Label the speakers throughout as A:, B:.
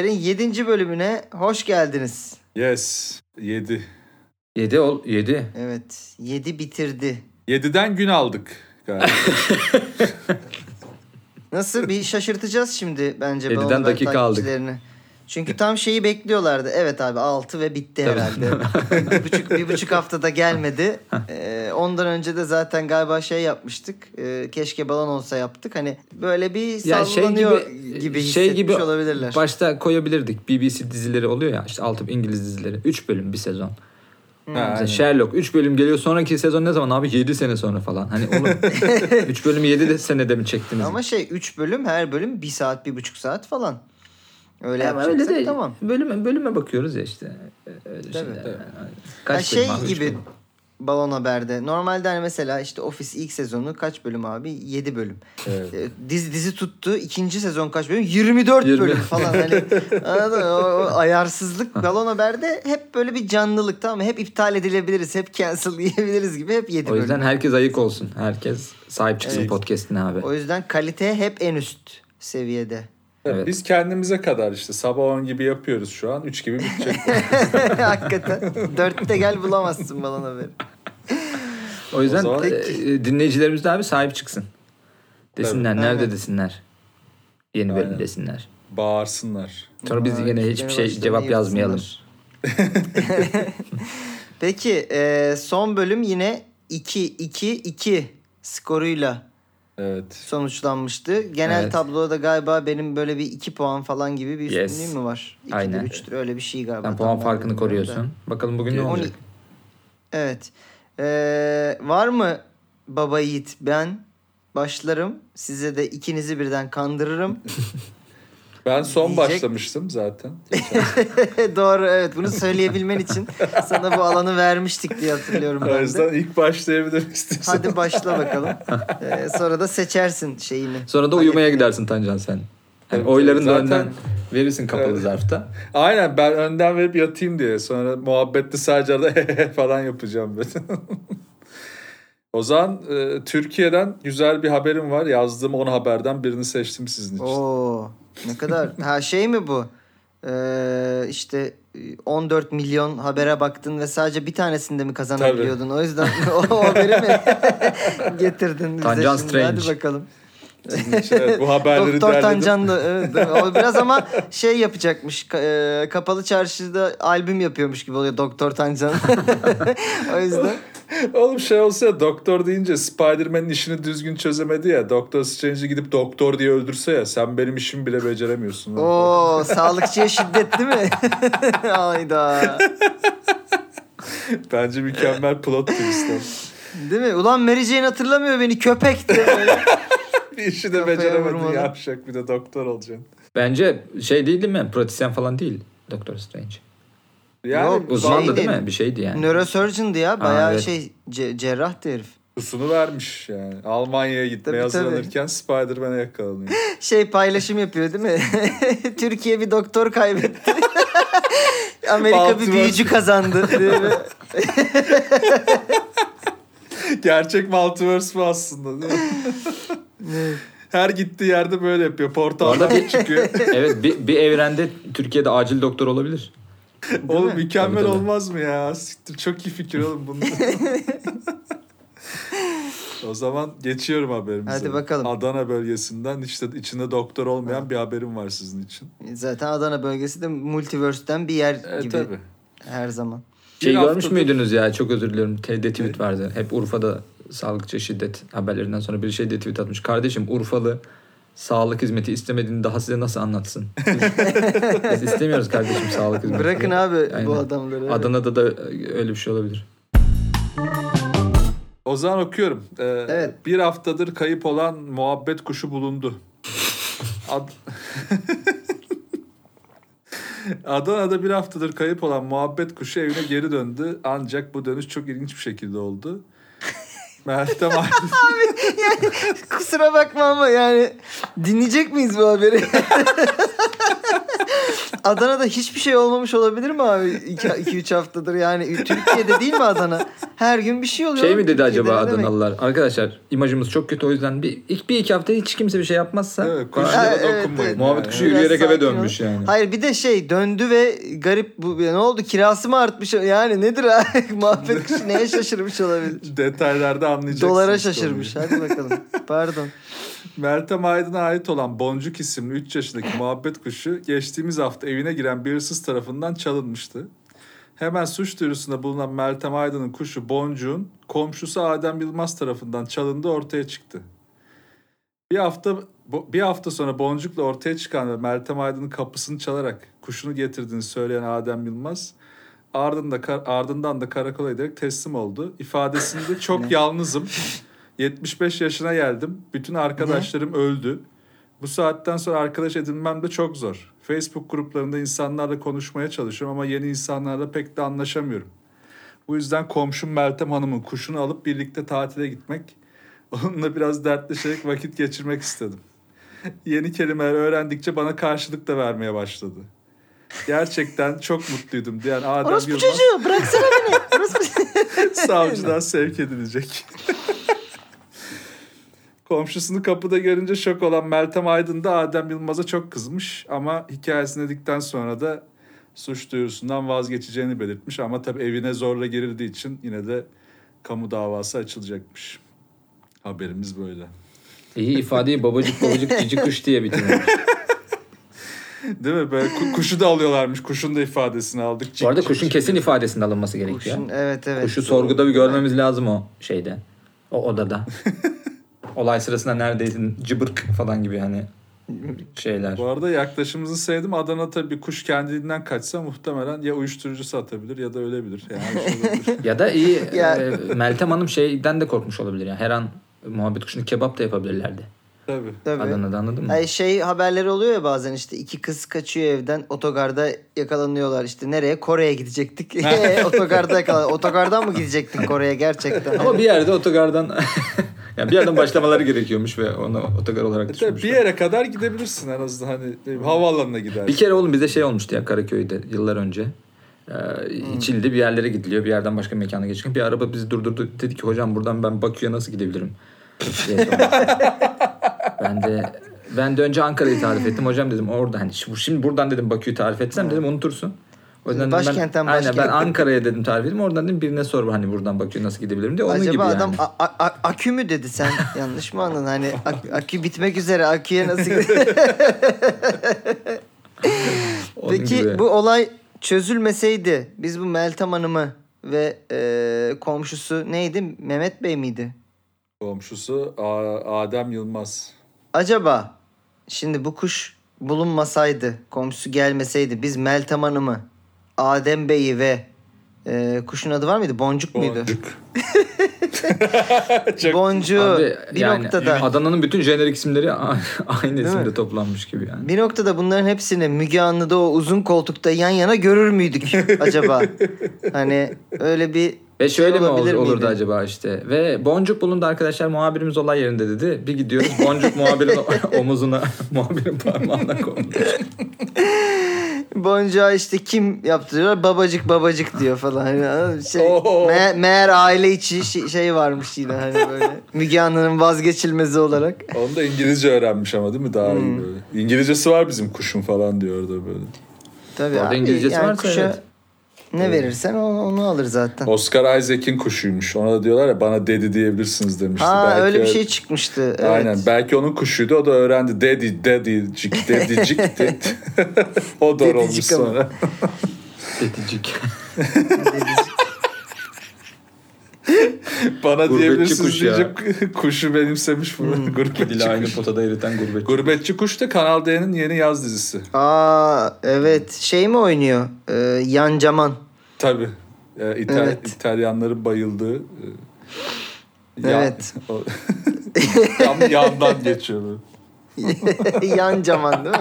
A: Haber'in 7. bölümüne hoş geldiniz.
B: Yes. 7.
C: 7.
A: Evet. 7 bitirdi.
B: 7'den gün aldık galiba.
A: Nasıl bir şaşırtacağız şimdi bence.
C: 7'den dakika aldık.
A: Çünkü tam şeyi bekliyorlardı. Evet abi 6 ve bitti herhalde. bir buçuk haftada gelmedi. Ondan önce de zaten galiba şey yapmıştık. Keşke balon olsa yaptık. Hani böyle bir sallanıyor gibi hissetmiş olabilirler.
C: Başta koyabilirdik. BBC dizileri oluyor ya. İşte 6 İngiliz dizileri. 3 bölüm bir sezon. Mesela Sherlock 3 bölüm geliyor. Sonraki sezon ne zaman abi? 7 sene sonra falan. Hani oğlum 3 bölümü 7 senede mi çektiniz?
A: Ama 3 bölüm, her bölüm 1 saat 1,5 saat falan. Öyle
C: yapacaksak
A: öyle değil. Tamam.
C: Bölüme bakıyoruz ya işte. Öyle
A: tabii.
C: Kaç
A: bölüm
C: abi?
A: Gibi Balon Haber'de. Normalde hani mesela işte Office ilk sezonu kaç bölüm abi? 7 bölüm.
B: Evet.
A: Dizi tuttu. İkinci sezon kaç bölüm? 24 bölüm falan. Hani anladın mı? O ayarsızlık. Balon Haber'de hep böyle bir canlılık, tamam mı? Hep iptal edilebiliriz. Hep cancel diyebiliriz gibi. Hep 7 bölüm.
C: O yüzden herkes ayık olsun. Herkes sahip çıksın podcast'ine abi.
A: O yüzden kalite hep en üst seviyede.
B: Evet. Biz kendimize kadar işte sabah 10 gibi yapıyoruz şu an. 3 gibi bitecek.
A: Hakikaten. 4'te gel bulamazsın Balon Haberi.
C: O yüzden dinleyicilerimiz de abi sahip çıksın. Desinler.
A: Tabii.
C: Nerede
A: Evet.
C: desinler. Yeni bölüm desinler.
B: Bağırsınlar.
C: Sonra biz yine hiçbir şey cevap yazmayalım.
A: Peki son bölüm yine 2-2-2 skoruyla sonuçlanmıştı. Genel tabloda galiba benim böyle bir 2 puan falan gibi bir üstünlüğüm mü var? 2'dir 3'tür öyle bir şey galiba.
C: Sen puan farkını koruyorsun. Da. Bakalım bugün ne olacak?
A: Evet. Var mı baba yiğit? Ben başlarım. Size de ikinizi birden kandırırım.
B: Ben son başlamıştım zaten.
A: Doğru, evet. Bunu söyleyebilmen için sana bu alanı vermiştik diye hatırlıyorum ben de.
B: O yüzden ilk başlayabilirim istiyorsan.
A: Hadi başla bakalım. Sonra da seçersin şeyini.
C: Sonra da uyumaya gidersin Tancan sen. Yani oylarını da önden verirsin kapalı zarfta.
B: Aynen, ben önden verip yatayım diye. Sonra muhabbette sadece arada falan yapacağım böyle. O zaman Türkiye'den güzel bir haberim var. Yazdığım 10 haberden birini seçtim sizin için.
A: Oo, ne kadar? Şey mi bu? İşte 14 milyon habere baktın ve sadece bir tanesinde mi kazanabiliyordun? Tabii. O yüzden o haberi mi getirdin bize?
C: Tancan Strange.
A: Hadi bakalım.
B: Evet, bu haberleri
A: Doktor
B: derledim.
A: Tancan da o biraz ama şey yapacakmış. Kapalı çarşıda albüm yapıyormuş gibi oluyor Doktor Tancan. O yüzden.
B: Oğlum şey olsa ya, doktor deyince Spider-Man'in işini düzgün çözemedi ya. Doktor Strange'i gidip doktor diye öldürse ya, sen benim işimi bile beceremiyorsun.
A: Oo, sağlıkçıya şiddet değil mi? Hayda.
B: Bence mükemmel plot twist.
A: Değil mi? Ulan Mary Jane hatırlamıyor beni, köpekti böyle.
B: Bir işi de beceremedi, yapacak bir de doktor olacaksın.
C: Bence şey değil mi? Pratisyen falan değil Doktor Strange.
B: Yani
A: yok,
C: uzmandı değil mi? Bir şeydi yani.
A: Nörosurgeon'du ya. Bayağı evet. Cerrahtı herif.
B: Kusunu vermiş yani. Almanya'ya gitmeye hazırlanırken Spider-Man'e yakalanıyor.
A: Paylaşım yapıyor değil mi? Türkiye bir doktor kaybetti. Amerika bir büyücü kazandı.
B: Gerçek multiverse bu aslında değil mi? Her gittiği yerde böyle yapıyor. Portaldan çıkıyor.
C: Evet, bir evrende Türkiye'de acil doktor olabilir.
B: Oğlum mükemmel tabii. Olmaz mı ya? Çok iyi fikir oğlum bunun. O zaman geçiyorum haberimize.
A: Hadi bakalım.
B: Adana bölgesinden işte içinde doktor olmayan bir haberim var sizin için.
A: Zaten Adana bölgesi de multiverse'den bir yer gibi.
B: Tabii.
A: Her zaman.
C: Görmüş müydünüz ya? Çok özür diliyorum. TRT tweet vardı. Hep Urfa'da sağlıkçı şiddet haberlerinden sonra bir şey de tweet atmış. Kardeşim, Urfalı sağlık hizmeti istemediğini daha size nasıl anlatsın? Biz istemiyoruz kardeşim sağlık hizmeti.
A: Bırakın abi bu adamları. Evet.
C: Adana'da da öyle bir şey olabilir.
B: O zaman okuyorum.
A: Evet.
B: Bir haftadır kayıp olan muhabbet kuşu bulundu. Adana'da bir haftadır kayıp olan muhabbet kuşu evine geri döndü. Ancak bu dönüş çok ilginç bir şekilde oldu. Meltem abi
A: yani, kusura bakma ama yani dinleyecek miyiz bu haberi? Adana'da hiçbir şey olmamış olabilir mi abi? 2-3 haftadır yani. Türkiye'de değil mi Adana? Her gün bir şey oluyor.
C: Şey mi dedi
A: Türkiye'de,
C: acaba
A: ne demek?
C: Adanalılar? Arkadaşlar imajımız çok kötü, o yüzden bir iki hafta hiç kimse bir şey yapmazsa.
B: Evet, kuşlara
A: evet,
B: dokunmayın.
A: evet.
C: Muhabbet kuşu
A: Biraz
C: yürüyerek eve
A: sakin
C: dönmüş
A: olun.
C: yani.
A: Hayır bir de döndü ve garip bu ne oldu, kirası mı artmış yani nedir abi? Muhabbet kuşu neye şaşırmış olabilir?
B: Detaylarda anlayacaksınız.
A: Dolara şaşırmış. Hadi bakalım. Pardon.
B: Meltem Aydın'a ait olan Boncuk isimli 3 yaşındaki muhabbet kuşu geçtiğimiz hafta evine giren bir hırsız tarafından çalınmıştı. Hemen suç duyurusunda bulunan Meltem Aydın'ın kuşu Boncuk'un komşusu Adem Yılmaz tarafından çalındığı ortaya çıktı. Bir hafta sonra Boncuk'la ortaya çıkan ve Meltem Aydın'ın kapısını çalarak kuşunu getirdiğini söyleyen Adem Yılmaz ardından da karakola giderek teslim oldu. İfadesinde çok yalnızım. 75 yaşına geldim. Bütün arkadaşlarım öldü. Bu saatten sonra arkadaş edinmem de çok zor. Facebook gruplarında insanlarla konuşmaya çalışıyorum ama yeni insanlarla pek de anlaşamıyorum. Bu yüzden komşum Meltem Hanım'ın kuşunu alıp birlikte tatile gitmek, onunla biraz dertleşerek vakit geçirmek istedim. Yeni kelimeler öğrendikçe bana karşılık da vermeye başladı. Gerçekten çok mutluydum diyen Adem
A: Orospu
B: Yılmaz
A: çocuğu bıraksana beni. Orospu...
B: savcıdan sevk edilecek. Komşusunu kapıda görünce şok olan Meltem Aydın da Adem Yılmaz'a çok kızmış ama hikayesini dedikten sonra da suç duyurusundan vazgeçeceğini belirtmiş ama tabii evine zorla girildiği için yine de kamu davası açılacakmış. Haberimiz böyle.
C: İyi ifadeyi babacık babacık cici kuş diye bitirmiş.
B: Değil mi? Böyle kuşu da alıyorlarmış. Kuşun da ifadesini aldık.
C: Bu arada kuşun kesin ifadesinin alınması gerekiyor.
A: Kuşun, evet.
C: Kuşu sorguda bir görmemiz lazım o şeyde. O odada. Olay sırasında neredeydin cıbırk falan gibi hani şeyler.
B: Bu arada yaklaşımımızı sevdim. Adana tabii kuş kendiliğinden kaçsa muhtemelen ya uyuşturucu satabilir ya da ölebilir. Yani
C: Ya da iyi
A: Ya.
C: Meltem Hanım şeyden de korkmuş olabilir. Yani her an muhabbet kuşunu kebap da yapabilirlerdi.
B: Tabii.
C: Adana'da, anladın mı?
A: Ay haberleri oluyor ya bazen, işte 2 kız kaçıyor evden, otogarda yakalanıyorlar, işte nereye, Kore'ye gidecektik. Otogarda yakalan. Otogardan mı gidecektin Kore'ye gerçekten?
C: Ama bir yerde otogardan yani bir yerden başlamaları gerekiyormuş ve onu otogar olarak
B: Tabii
C: düşünmüşler.
B: bir yere kadar gidebilirsin en azından, hani havaalanına gidersin.
C: Bir kere oğlum bize şey olmuştu ya Karaköy'de yıllar önce. İçildi, bir yerlere gidiliyor. Bir yerden başka bir mekana geçiyor. Bir araba bizi durdurdu. Dedi ki hocam buradan ben Bakü'ye nasıl gidebilirim? diye sormuş. Ben de önce Ankara'yı tarif ettim. Hocam dedim orada hani şimdi buradan dedim Bakü'yü tarif etsem dedim unutursun. O yüzden
A: Başkentten
C: aynen
A: başkent.
C: ben Ankara'ya dedim tarif edeyim. Oradan dedim birine sor hani buradan Bakü'ye nasıl gidebilirim diye. Onun
A: Acaba
C: gibi yani.
A: adam akü mü dedi, sen yanlış mı anladın? Hani akü bitmek üzere, aküye nasıl gidiyor? Peki
C: gibi.
A: bu olay çözülmeseydi biz bu Meltem Hanım'ı ve komşusu neydi? Mehmet Bey miydi?
B: Komşusu Adem Yılmaz.
A: Acaba şimdi bu kuş bulunmasaydı, komşusu gelmeseydi, biz Meltem Hanım'ı, Adem Bey'i ve kuşun adı var mıydı? Boncuk muydu? Boncuğu
C: Abi,
A: bir
C: yani
A: noktada
C: Adana'nın bütün jenerik isimleri aynı
A: mi?
C: isimde toplanmış gibi yani.
A: bir noktada bunların hepsini Müge Anlı'da o uzun koltukta yan yana görür müydük acaba? Hani öyle bir
C: Ve şöyle mi
A: olabilir
C: olurdu
A: miydi?
C: acaba işte. Ve Boncuk bulundu arkadaşlar, muhabirimiz olay yerinde dedi. Bir gidiyoruz Boncuk muhabirin omuzuna, muhabirin parmağına konmuş.
A: Boncuğa işte kim yaptırıyor? Babacık diyor falan. Hani
B: Oo.
A: meğer aile içi şey varmış yine hani böyle. Müge Anlı'nın vazgeçilmezi olarak.
B: Onu da İngilizce öğrenmiş ama değil mi? Daha iyi böyle. İngilizcesi var bizim kuşun falan diyor orada böyle.
A: Tabii
C: Orada
A: abi,
C: İngilizcesi
A: yani
C: varsa
A: kuşa
C: evet.
A: ne verirsen onu alır zaten.
B: Oscar Isaac'in kuşuymuş. Ona da diyorlar ya bana dedi diyebilirsiniz demişti.
A: Ha
B: Belki
A: öyle bir şey çıkmıştı. Evet.
B: Aynen. Belki onun kuşuydu. O da öğrendi. Dedicik dedi. O da
A: Dedicik
B: olmuş
A: ama.
B: sonra.
C: Deticik.
B: Bana
C: Gurbetçi
B: diyebilirsiniz
C: kuş ya.
B: diyecek kuşu benimsemiş bu. Gurbetçi
C: Dili aynı
B: kuş.
C: potada eriten gurbetçi.
B: Gurbetçi Kuş da Kanal D'nin yeni yaz dizisi.
A: Aa evet, şey mi oynuyor? Yan Caman.
B: Tabii.
A: Evet.
B: İtalyanların bayıldığı.
A: Evet.
B: Tam yandan geçiyor böyle.
A: Yan Caman değil mi?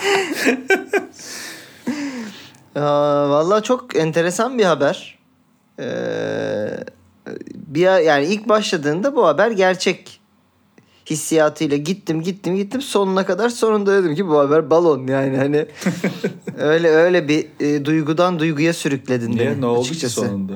A: Vallahi çok enteresan bir haber. Yani ilk başladığında bu haber gerçek hissiyatıyla gittim sonuna kadar, sonunda dedim ki bu haber balon yani hani öyle bir duygudan duyguya sürükledin
B: Niye?
A: beni
B: Ne oldu
A: açıkçası.
B: ki sonunda?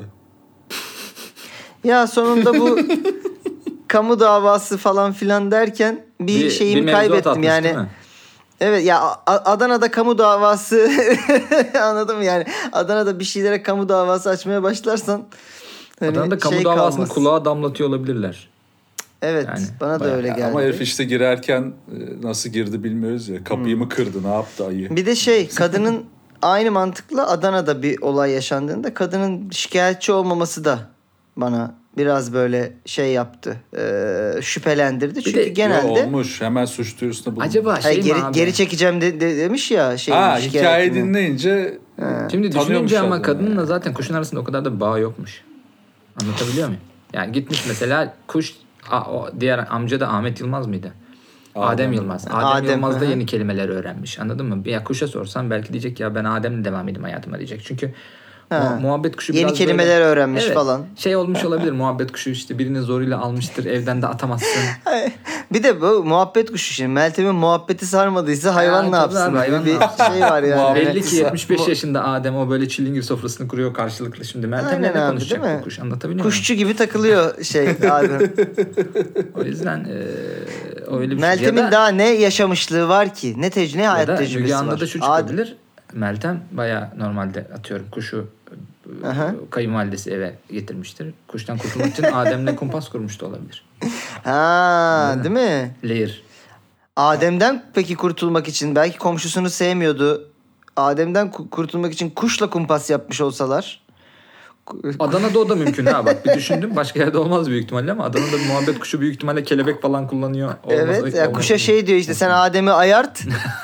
A: Ya sonunda bu kamu davası falan filan derken bir şeyimi
C: mevzuat
A: kaybettim
C: atmış,
A: yani.
C: değil mi?
A: Evet ya, Adana'da kamu davası anladım yani. Adana'da bir şeylere kamu davası açmaya başlarsan hani
C: Adana'da kamu davasını
A: kalmaz.
C: kulağa damlatıyor olabilirler.
A: Evet,
C: Yani
A: bana da
C: bayağı.
A: öyle geldi.
B: Ama herif işte girerken nasıl girdi bilmiyoruz ya. Kapıyı mı kırdı, ne yaptı ayı?
A: Bir de kadının aynı mantıkla Adana'da bir olay yaşandığında kadının şikayetçi olmaması da bana biraz böyle yaptı. Şüphelendirdi. Çünkü
C: de-
A: genelde
B: olmuş. Hemen suç duyurusunda bulunmuş.
C: Acaba
A: hayır,
C: mi abi?
A: geri çekeceğim demiş ya
B: Hikayeyi
A: şikayetini.
B: dinleyince
C: Şimdi
B: tanıyormuş
C: düşününce ama
B: adamı
C: kadınla
B: yani.
C: zaten kuşun arasında o kadar da bir bağ yokmuş. Anlatabiliyor muyum? Yani gitmiş mesela kuş, o diğer amca da Ahmet Yılmaz mıydı? Adem Yılmaz. Adem Yılmaz da
A: hı hı.
C: yeni kelimeler öğrenmiş. Anladın mı? Ya kuşa sorsan belki diyecek ya ben Adem'le devam edeyim hayatıma diyecek. Çünkü muhabbet kuşu
A: Yeni
C: biraz
A: kelimeler
C: böyle,
A: öğrenmiş falan.
C: Şey olmuş olabilir, muhabbet kuşu işte birini zoruyla almıştır, evden de atamazsın.
A: Bir de bu muhabbet kuşu şimdi. Meltem'in muhabbeti sarmadıysa hayvan ne
C: tabii
A: yapsın?
C: abi, hayvan
A: bir
C: ne yapsın?
A: şey var yani.
C: Belli ki 75 yaşında Adem o böyle çilingir sofrasını kuruyor karşılıklı şimdi. Meltem'le
A: Aynen
C: ne
A: abi,
C: konuşacak
A: değil mi?
C: bu kuş, anlatabiliyor muyum?
A: Kuşçu gibi takılıyor abi.
C: O yüzden öyle bir
A: Meltem'in
C: şey. Ya da,
A: daha ne yaşamışlığı var ki? Ne hayat
C: ya da
A: tecrübesi
C: Müge
A: var?
C: Anlı'da şu çıkabilir. Meltem baya normalde atıyorum kuşu kayınvalidesi eve getirmiştir. Kuştan kurtulmak için Adem'le kumpas kurmuş da olabilir.
A: Değil mi?
C: Layer.
A: Adem'den peki kurtulmak için belki komşusunu sevmiyordu. Adem'den kurtulmak için kuşla kumpas yapmış olsalar.
C: Adana'da o da mümkün ha bak bir düşündüm. Başka yerde olmaz büyük ihtimalle ama Adana'da bir muhabbet kuşu büyük ihtimalle kelebek falan kullanıyor.
A: Evet ya, kuşa diyor işte sen Adem'i ayart.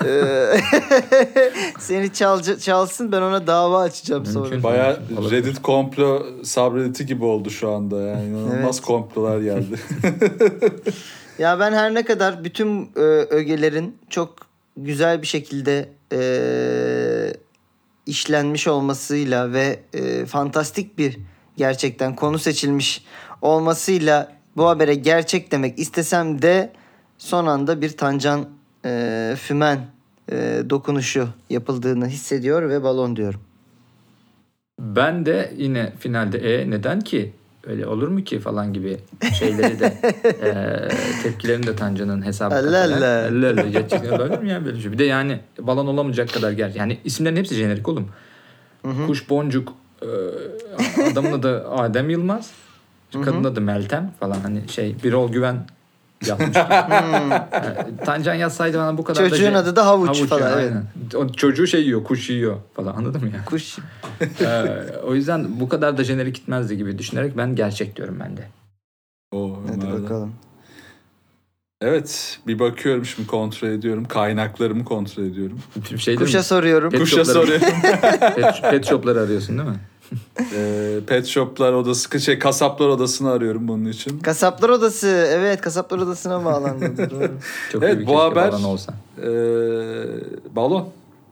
A: Seni çalsın, ben ona dava açacağım
C: Mümkün.
A: sonra.
B: Bayağı
C: Olabilir.
B: Reddit komplo subreddit'i gibi oldu şu anda yani. İnanılmaz
A: Evet.
B: komplolar geldi.
A: Ya ben her ne kadar bütün ögelerin çok güzel bir şekilde işlenmiş olmasıyla ve fantastik bir gerçekten konu seçilmiş olmasıyla bu habere gerçek demek istesem de son anda bir Tancan Fümen dokunuşu yapıldığını hissediyor ve balon diyorum.
C: Ben de yine finalde neden ki öyle olur mu ki falan gibi şeyleri de tepkilerini de Tancan'ın hesabı
A: Allah
C: kafalar.
A: Allah.
C: Allah. Gerçekten olur mu ya böyle bir şey? Bir de yani balon olamayacak kadar yani isimlerin hepsi jenerik oğlum. Kuş Boncuk, adamın adı Adem Yılmaz, kadının adı Meltem falan hani Birol Güven yazmış. Tancan yazsaydı bana bu kadar
A: Çocuğun
C: da
A: adı da Havuç falan,
C: yani,
A: evet.
C: aynen. O çocuğu yiyor, kuş yiyor falan anladın mı ya?
A: Kuş.
C: O yüzden bu kadar da jenerik gitmezdi gibi düşünerek ben gerçek diyorum ben de.
A: Hadi
B: Ömer'den.
A: bakalım.
B: Evet, bir bakıyorum şimdi, kontrol ediyorum. Kaynaklarımı kontrol ediyorum.
A: Kuşa soruyorum.
B: Kuşa soruyorum.
C: Pet shop'ları arıyorsun değil mi?
B: Pet shoplar odası, kasaplar odasını arıyorum bunun için.
A: Kasaplar odası. Evet, kasaplar odasına bağlandım. Doğru.
C: Çok
B: Evet,
C: iyi bir
B: bu
C: keşke
B: haber
C: balon olsa.
B: Balon.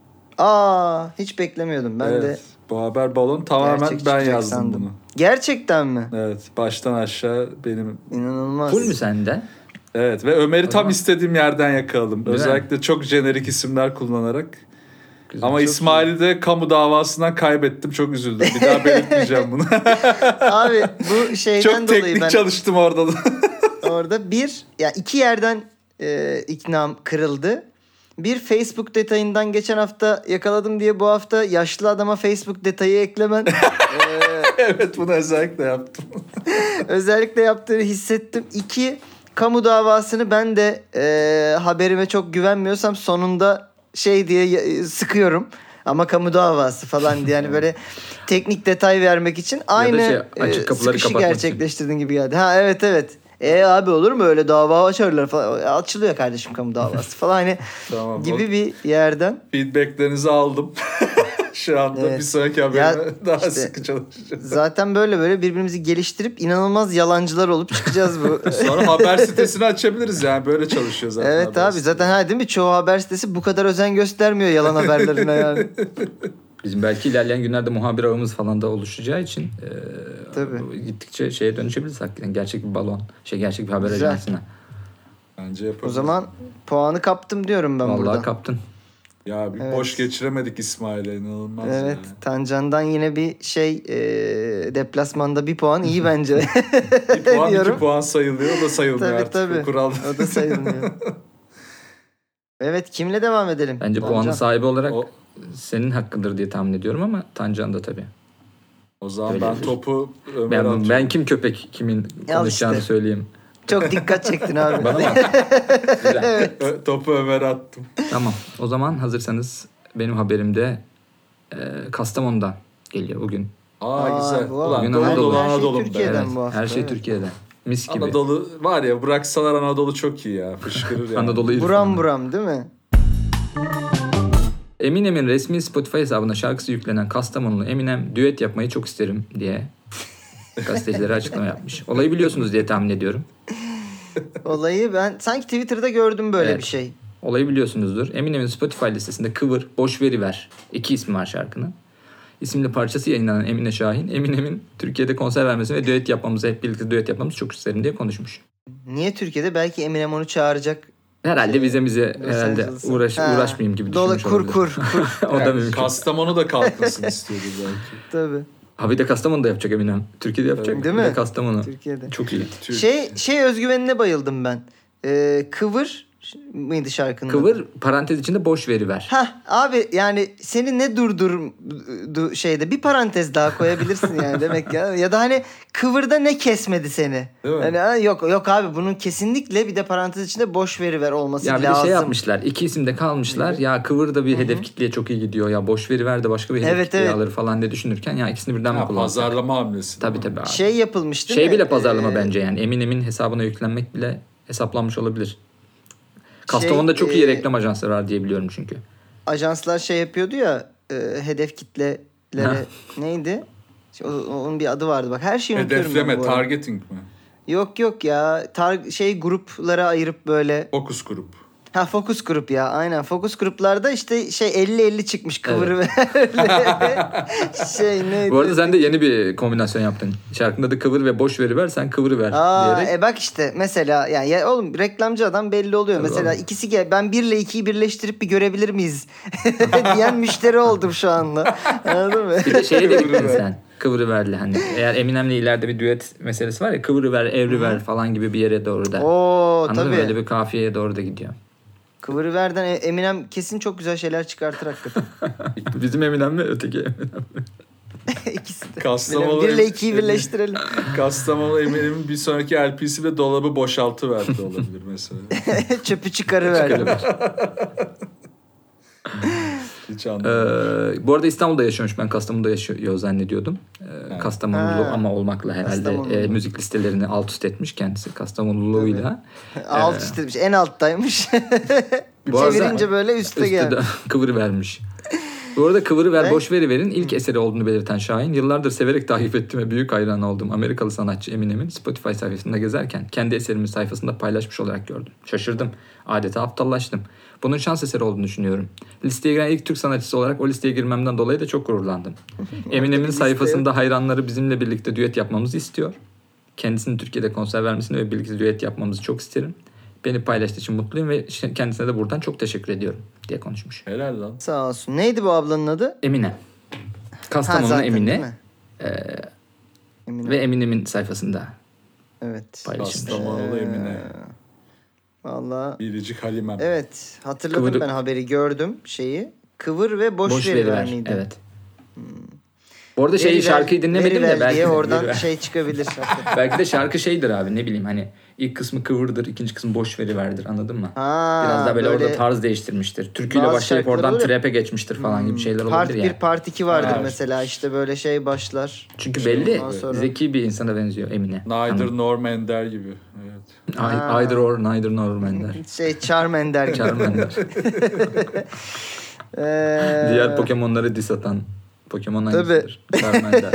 A: Hiç beklemiyordum. Ben de
B: bu haber balon. Tamamen
A: gerçek
B: ben
A: çıkacak
B: yazdım
A: sandım.
B: bunu.
A: Gerçekten mi?
B: Evet, baştan aşağı benim.
A: İnanılmaz.
C: Full mü sende?
B: Evet ve Ömer'i
C: O
B: tam
C: zaman-
B: istediğim yerden yakaladım.
C: Değil mi?
B: Özellikle çok jenerik isimler kullanarak.
C: Güzel.
B: Ama
C: Çok
B: İsmail'i de kamu davasından kaybettim. Çok üzüldüm. Bir daha belirtmeyeceğim bunu.
A: Abi bu şeyden
B: Çok
A: dolayı
B: teknik
A: ben
B: çalıştım orada da.
A: orada iki yerden iknam kırıldı. Bir, Facebook detayından geçen hafta yakaladım diye bu hafta yaşlı adama Facebook detayı eklemen
B: Evet, bunu özellikle yaptım.
A: özellikle yaptığını hissettim. İki, kamu davasını ben de haberime çok güvenmiyorsam sonunda diye sıkıyorum. Ama kamu davası falan diye yani böyle teknik detay vermek için aynı
C: açık kapıları
A: sıkışı
C: kapatmak
A: gerçekleştirdiğin gibi geldi. Ha, evet. Abi olur mu öyle, dava açarlar falan. Açılıyor kardeşim kamu davası falan hani
B: Tamam,
A: gibi bir yerden.
B: Feedbacklerinizi aldım. Şu anda
A: Evet.
B: bir sonraki haberime daha
A: işte-
B: sıkı çalışacağım.
A: Zaten böyle birbirimizi geliştirip inanılmaz yalancılar olup çıkacağız bu.
B: Sonra haber sitesini açabiliriz yani. Böyle çalışıyor zaten.
A: Evet
B: haber
A: abi
B: sitesi.
A: zaten değil mi? Çoğu haber sitesi bu kadar özen göstermiyor yalan haberlerine yani.
C: Bizim belki ilerleyen günlerde muhabir ağımız falan da oluşacağı için
A: Tabii.
C: gittikçe şeye dönüşebiliriz hakikaten. Gerçek bir balon, gerçek bir haber
A: Güzel.
C: ajansına.
B: Bence yapabiliriz.
A: O zaman puanı kaptım diyorum ben
C: Vallahi
A: buradan.
C: kaptın.
B: Ya bir boş geçiremedik İsmail'e, inanılmaz
A: Evet,
B: ya.
A: Tancan'dan yine bir deplasmanda bir puan iyi bence.
B: Bir puan
A: diyorum.
B: 2 puan sayılıyor, o da sayılmıyor
A: Tabii
B: artık.
A: tabii.
B: Bu kural.
A: O da sayılmıyor. Evet, kimle devam edelim?
C: Bence
A: Tancan.
C: puanın sahibi olarak
B: O-
C: senin hakkındır diye tahmin ediyorum ama Tancan da tabii.
B: O zaman
C: Öyle
B: ben
C: bir-
B: topu Ömer'e atıyorum.
C: Ben kim köpek kimin konuşacağını
A: işte.
C: söyleyeyim.
A: Çok dikkat çektin abi.
C: Bana mı? Güzel.
B: Topu Ömer'e attım.
C: Tamam. O zaman hazırsanız benim haberim de Kastamonu'dan geliyor bugün.
B: Güzel.
A: bu
B: Ulan
C: bugün
B: dolu dolu
C: Anadolu.
A: Her şey
B: Anadolu'm be.
A: Türkiye'den
C: Evet,
A: bu hafta,
C: her şey
A: evet.
C: Türkiye'de. Mis gibi.
B: Anadolu var ya, bıraksalar Anadolu çok iyi ya. Fışkırır yani.
C: Anadolu İrfanı.
A: Buram buram değil mi?
C: Eminem'in resmi Spotify hesabına şarkısı yüklenen Kastamonulu Eminem düet yapmayı çok isterim diye gazetecilere açıklama yapmış. Olayı biliyorsunuz diye tahmin ediyorum.
A: Olayı ben sanki Twitter'da gördüm böyle
C: Evet.
A: bir şey.
C: Olayı biliyorsunuzdur. Eminem'in Spotify listesinde Kıvır, Boş Veriver 2 ismi var şarkının. İsimli parçası yayınlanan Emine Şahin, Eminem'in Türkiye'de konser vermesini ve düet yapmamızı, hep birlikte düet yapmamızı çok isterim diye konuşmuş.
A: Niye Türkiye'de? Belki Eminem onu çağıracak.
C: Herhalde vizemize
A: Los
C: herhalde
A: Angeles'a.
C: uğraşmayayım gibi
A: Dolu
C: düşünmüş
A: kur
C: olabilir.
A: kur.
C: O da
B: Yani
C: mümkün.
B: Kastamonu da kalkmasını istiyordu belki.
A: Tabii.
C: Abi de Kastamonu'da yapacak Eminem. Türkiye'de yapacak.
A: Değil
C: Bir de
A: mi?
C: Kastamonu.
A: Türkiye'de.
C: Çok iyi.
A: Şey özgüvenine bayıldım ben. Kıvır mıydı şarkının adı?
C: Kıvır parantez içinde boş veriver.
A: Hah abi, yani seni ne şeyde bir parantez daha koyabilirsin yani demek ya. Ya da hani kıvırda ne kesmedi seni?
B: Değil mi?
A: Hani yok abi, bunun kesinlikle bir de parantez içinde boş veriver olması
C: Ya bir de
A: lazım.
C: şey yapmışlar. İki isimde kalmışlar. Ya Kıvır da bir hedef kitleye çok iyi gidiyor. Ya boş veriver de başka bir hedef
A: Evet,
C: kitleye
A: evet.
C: alır falan diye düşünürken ya ikisini birden mi kullansak?
B: Pazarlama hamlesi.
C: Tabii abi.
A: Şey yapılmış değil mi?
C: Bile pazarlama bence yani. Eminönü'nün hesabına yüklenmek bile hesaplanmış olabilir. Kastamonu'da çok iyi reklam ajansları var diye biliyorum çünkü.
A: Ajanslar şey yapıyordu ya, hedef kitlelere neydi? Onun bir adı vardı bak, her şeyi unutuyorum ben
B: Hedefleme,
A: bu arada.
B: targeting mi?
A: Yok ya, gruplara ayırıp böyle.
B: Focus grup.
A: Ha, focus grup ya, aynen. Focus gruplarda işte 50-50 çıkmış kıvırı ve neydi?
C: Bu arada sen de yeni bir kombinasyon yaptın. Şarkında da kıvır ve boş veriver, sen kıvırı ver diyerek.
A: Bak işte mesela yani ya oğlum, reklamcı adam belli oluyor.
C: Tabii
A: Mesela
C: oğlum.
A: ikisi ben 1 ile 2'yi birleştirip bir görebilir miyiz diyen müşteri oldum şu anda. Anladın mı?
C: Bir de şeye de gittin sen. Kıvırıver'le hani. Eğer Eminem'le ileride bir düet meselesi var ya, Kıvırıver, Evriver falan gibi bir yere doğru da.
A: Oo
C: Anladın mı?
A: tabii.
C: Öyle bir kafiyeye doğru da gidiyor.
A: Kıvırıver'den Eminem kesin çok güzel şeyler çıkartır hakikaten.
C: Bizim Eminem mi, öteki Eminem mi?
A: İkisi de.
B: Kastamonu
A: 1 ile 2'yi birleştirelim.
B: Kastamonu Emin'in bir sonraki LP'si ve dolabı boşaltıverdi olabilir mesela.
A: Çöpü çıkarıver.
B: Hiç anlamadım.
C: Bu arada İstanbul'da yaşıyormuş. Ben Kastamonu'da yaşıyor zannediyordum. Kastamonulu
A: Ha.
C: ama olmakla herhalde
A: Kastamonulu.
C: müzik listelerini alt üst etmiş kendisi Kastamonulu'yla.
A: Alt üst etmiş. En alttaymış.
C: Bu arada
A: Çevirince böyle üste geldi.
C: Kıvırı vermiş. Bu arada Kıvırıver
A: Ben-
C: Boş Veriver'in ilk eseri olduğunu belirten Şahin, yıllardır severek takip ettiğim ve büyük hayranı olduğum Amerikalı sanatçı Eminem'in Spotify sayfasında gezerken kendi eserimin sayfasında paylaşmış olarak gördüm. Şaşırdım. Adeta aptallaştım. Bunun şans eseri olduğunu düşünüyorum. Listeye giren ilk Türk sanatçısı olarak o listeye girmemden dolayı da çok gururlandım. Eminem'in sayfasında hayranları bizimle birlikte düet yapmamızı istiyor. Kendisinin Türkiye'de konser vermesini ve birlikte düet yapmamızı çok isterim. Beni paylaştığı için mutluyum ve kendisine de buradan çok teşekkür ediyorum diye konuşmuş.
B: Helal lan.
A: Sağ olsun. Neydi bu ablanın adı?
C: Emine. Kastamonu'nun
A: zaten, değil
C: Emine
A: mi? Emine.
C: ve Eminem'in sayfasında
A: Evet.
C: paylaşılmış.
B: Kastamonulu Emine.
A: Vallahi.
B: Biricik Halimem.
A: Evet. Hatırladım
C: Kıvırı-
A: ben haberi, gördüm şeyi. Kıvır ve boş,
C: Boş
A: veriver
C: veriver.
A: miydi?
C: Evet. Bu arada
A: Veriver,
C: şarkıyı dinlemedim de
A: veriver
C: belki
A: diye
C: de
A: oradan
C: veriver.
A: şey çıkabilir. hakikaten.
C: Belki de şarkı şeydir abi, ne bileyim hani ilk kısmı kıvırdır, ikinci kısmı boş veriverdir, anladın mı?
A: Ha,
C: Biraz daha böyle orada tarz değiştirmiştir. Türküyle
A: bazı
C: başlayıp
A: şarkılar
C: oradan
A: olur ya.
C: trap'e geçmiştir falan gibi şeyler
A: Part
C: olabilir
A: 1,
C: yani.
A: part 2 vardır
B: Ha.
A: mesela, işte böyle şey başlar.
C: Çünkü belli
A: Ondan sonra-
C: zeki bir insana benziyor Emine.
B: Neither nor Ender gibi. Evet.
C: Either or, neither nor Ender.
A: Charmander gibi.
C: Charmander. Diğer Pokemon'ları diss atan Pokemon hangisidir? Charmander.